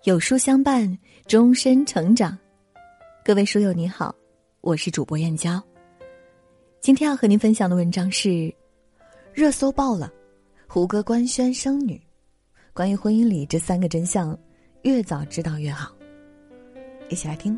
有书相伴，终身成长。各位书友你好，我是主播燕娇。今天要和您分享的文章是热搜爆了，胡歌官宣生女。关于婚姻里这3个真相，越早知道越好。一起来听。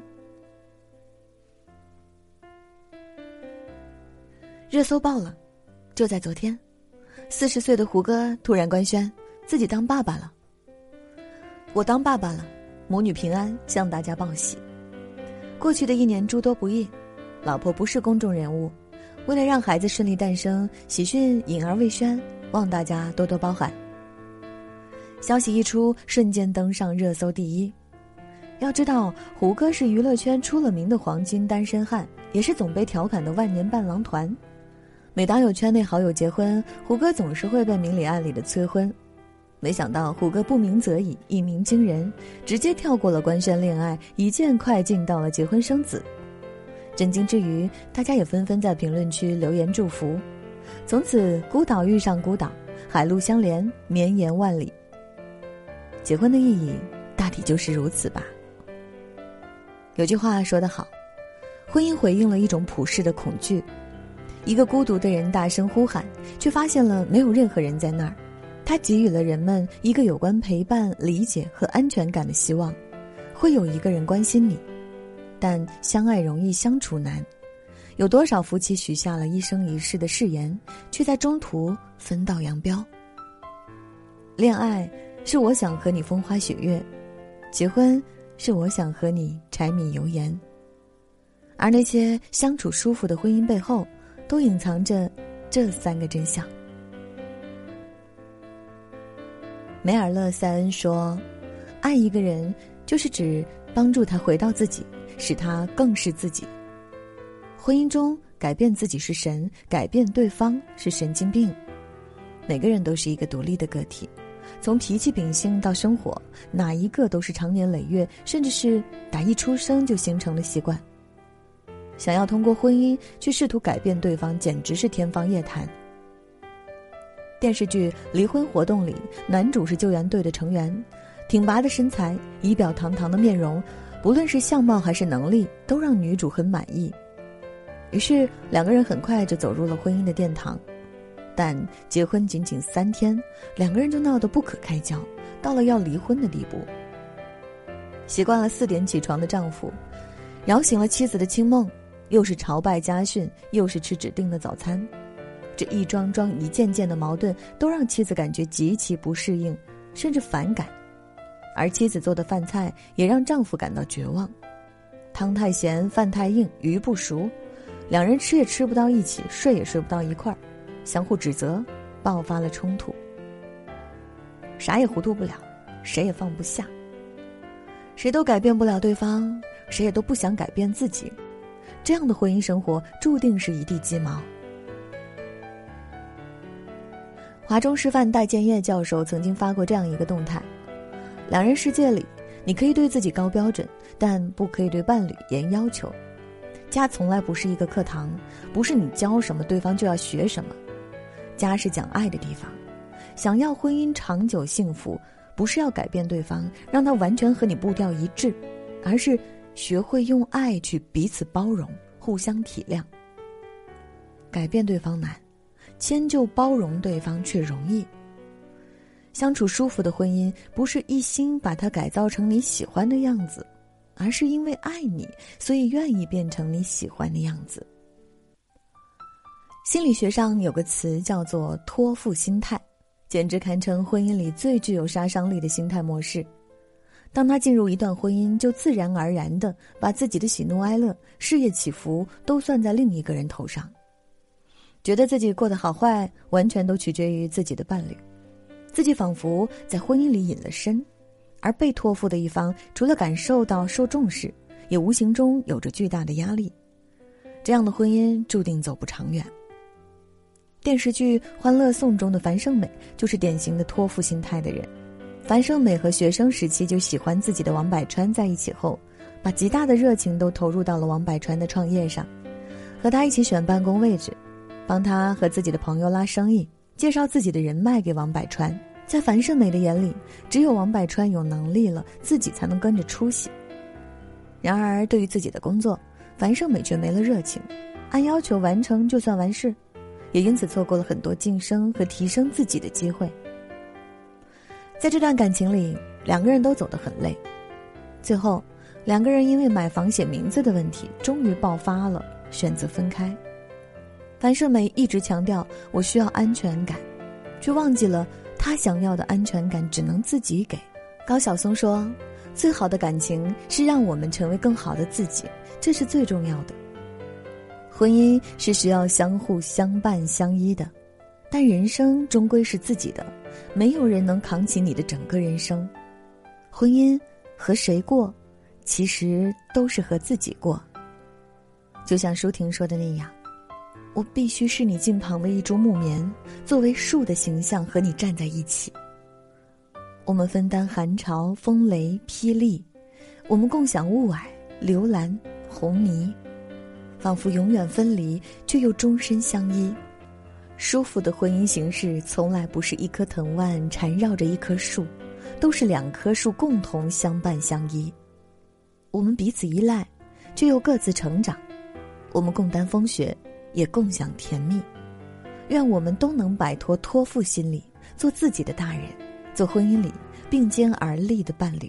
热搜爆了，就在昨天，40岁的胡歌突然官宣自己当爸爸了。我当爸爸了，母女平安，向大家报喜。过去的1年诸多不易，老婆不是公众人物，为了让孩子顺利诞生，喜讯隐而未宣，望大家多多包涵。消息一出，瞬间登上热搜第一。要知道，胡歌是娱乐圈出了名的黄金单身汉，也是总被调侃的万年伴郎团。每当有圈内好友结婚，胡歌总是会被明里暗里的催婚。没想到胡歌不鸣则已，一鸣惊人，直接跳过了官宣恋爱，一键快进到了结婚生子。震惊之余，大家也纷纷在评论区留言祝福。从此孤岛遇上孤岛，海陆相连，绵延万里。结婚的意义大体就是如此吧。有句话说得好，婚姻回应了一种普世的恐惧。一个孤独的人大声呼喊，却发现了没有任何人在那儿。他给予了人们一个有关陪伴、理解和安全感的希望，会有一个人关心你。但相爱容易相处难，有多少夫妻许下了一生一世的誓言，却在中途分道扬镳。恋爱是我想和你风花雪月，结婚是我想和你柴米油盐。而那些相处舒服的婚姻背后，都隐藏着这3个真相。梅尔勒塞恩说，爱一个人就是指帮助他回到自己，使他更是自己。婚姻中改变自己是神，改变对方是神经病。每个人都是一个独立的个体，从脾气秉性到生活，哪一个都是长年累月，甚至是打一出生就形成的习惯。想要通过婚姻去试图改变对方，简直是天方夜谭。电视剧《离婚活动》里，男主是救援队的成员，挺拔的身材，仪表堂堂的面容，不论是相貌还是能力，都让女主很满意。于是2个人很快就走入了婚姻的殿堂。但结婚仅仅3天，2个人就闹得不可开交，到了要离婚的地步。习惯了4点起床的丈夫，摇醒了妻子的清梦，又是朝拜家训，又是吃指定的早餐。这一桩桩一件件的矛盾，都让妻子感觉极其不适应，甚至反感。而妻子做的饭菜也让丈夫感到绝望，汤太咸，饭太硬，鱼不熟，2人吃也吃不到一起，睡也睡不到一块儿，相互指责，爆发了冲突。啥也糊涂不了，谁也放不下，谁都改变不了对方，谁也都不想改变自己。这样的婚姻生活注定是一地鸡毛。华中师范戴建业教授曾经发过这样一个动态：2人世界里，你可以对自己高标准，但不可以对伴侣严要求。家从来不是一个课堂，不是你教什么对方就要学什么。家是讲爱的地方。想要婚姻长久幸福，不是要改变对方，让他完全和你步调一致，而是学会用爱去彼此包容，互相体谅。改变对方难，迁就包容对方却容易。相处舒服的婚姻，不是一心把它改造成你喜欢的样子，而是因为爱你，所以愿意变成你喜欢的样子。心理学上有个词叫做托付心态，简直堪称婚姻里最具有杀伤力的心态模式。当他进入一段婚姻，就自然而然地把自己的喜怒哀乐、事业起伏都算在另一个人头上，觉得自己过得好坏完全都取决于自己的伴侣，自己仿佛在婚姻里隐了身，而被托付的一方除了感受到受重视，也无形中有着巨大的压力。这样的婚姻注定走不长远。电视剧《欢乐颂》中的樊胜美就是典型的托付心态的人。樊胜美和学生时期就喜欢自己的王柏川在一起后，把极大的热情都投入到了王柏川的创业上，和他一起选办公位置，帮他和自己的朋友拉生意，介绍自己的人脉给王柏川， 在樊胜美的眼里，只有王百川有能力了，自己才能跟着出息。然而对于自己的工作，樊胜美却没了热情，按要求完成就算完事，也因此错过了很多晋升和提升自己的机会。在这段感情里，两个人都走得很累，最后两个人因为买房写名字的问题终于爆发了，选择分开。樊胜美一直强调我需要安全感，却忘记了她想要的安全感只能自己给。高晓松说，最好的感情是让我们成为更好的自己，这是最重要的。婚姻是需要相互相伴相依的，但人生终归是自己的，没有人能扛起你的整个人生。婚姻和谁过，其实都是和自己过。就像舒婷说的那样，我必须是你近旁的一株木棉，作为树的形象和你站在一起。我们分担寒潮、风雷、霹雳，我们共享雾霭、流岚、红泥，仿佛永远分离，却又终身相依。舒服的婚姻形式从来不是一棵藤蔓缠绕着一棵树，都是两棵树共同相伴相依。我们彼此依赖，却又各自成长。我们共担风雪，也共享甜蜜。愿我们都能摆脱托付心理，做自己的大人，做婚姻里并肩而立的伴侣。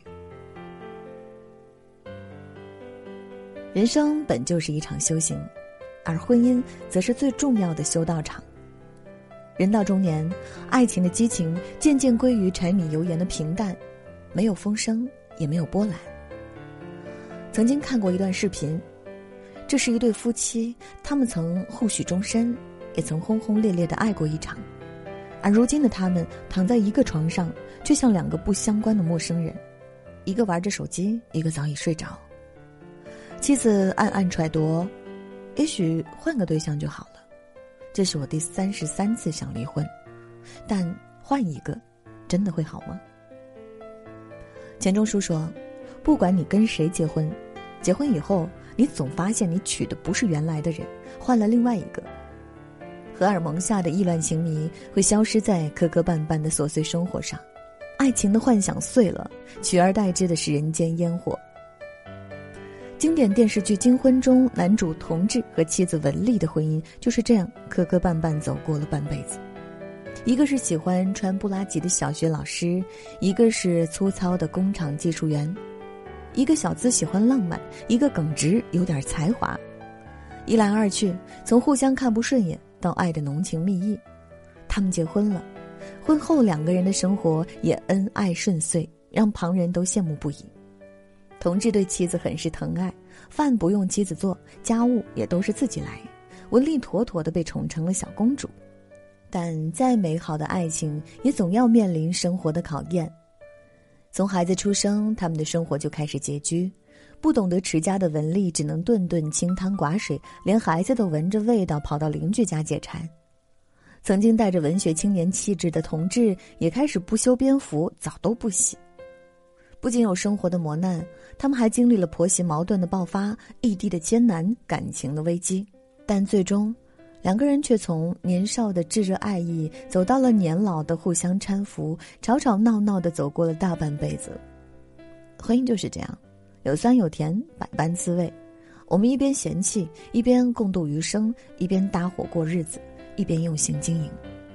人生本就是一场修行，而婚姻则是最重要的修道场。人到中年，爱情的激情渐渐归于柴米油盐的平淡，没有风声，也没有波澜。曾经看过一段视频，这是一对夫妻，他们曾互许终身，也曾轰轰烈烈地爱过一场，而如今的他们躺在一个床上，却像两个不相关的陌生人，一个玩着手机，一个早已睡着。妻子暗暗揣度，也许换个对象就好了，这是我第33次想离婚，但换一个真的会好吗？钱钟书说，不管你跟谁结婚，结婚以后你总发现你娶的不是原来的人，换了另外一个。荷尔蒙下的意乱情迷会消失在磕磕绊绊的琐碎生活上，爱情的幻想碎了，取而代之的是人间烟火。经典电视剧《金婚》中，男主同志和妻子文丽的婚姻就是这样磕磕绊绊走过了半辈子。一个是喜欢穿布拉吉的小学老师，一个是粗糙的工厂技术员，一个小资喜欢浪漫，一个耿直有点才华。一来二去，从互相看不顺眼到爱的浓情蜜意，他们结婚了。婚后两个人的生活也恩爱顺遂，让旁人都羡慕不已。同志对妻子很是疼爱，饭不用妻子做，家务也都是自己来，文丽妥妥地被宠成了小公主。但再美好的爱情也总要面临生活的考验。从孩子出生，他们的生活就开始拮据，不懂得持家的文丽只能顿顿清汤寡水，连孩子都闻着味道跑到邻居家解馋。曾经带着文学青年气质的同志也开始不修边幅，澡都不洗。不仅有生活的磨难，他们还经历了婆媳矛盾的爆发、异地的艰难、感情的危机，但最终两个人却从年少的炙热爱意走到了年老的互相搀扶，吵吵闹闹地走过了大半辈子。婚姻就是这样，有酸有甜，百般滋味。我们一边嫌弃，一边共度余生，一边搭伙过日子，一边用心经营。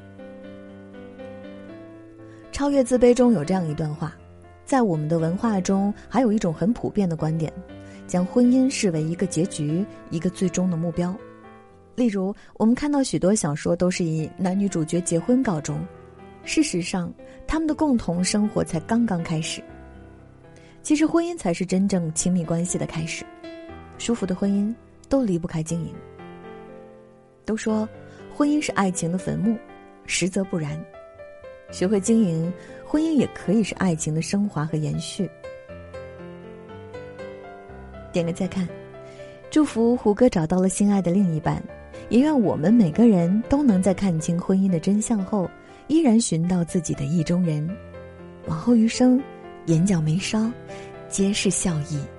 超越自卑中有这样一段话，在我们的文化中还有一种很普遍的观点，将婚姻视为一个结局，一个最终的目标。例如我们看到许多小说都是以男女主角结婚告终，事实上他们的共同生活才刚刚开始。其实婚姻才是真正亲密关系的开始，舒服的婚姻都离不开经营。都说婚姻是爱情的坟墓，实则不然。学会经营，婚姻也可以是爱情的升华和延续。点个再看，祝福胡歌找到了心爱的另一半，也愿我们每个人都能在看清婚姻的真相后，依然寻到自己的意中人。往后余生，眼角眉梢皆是笑意。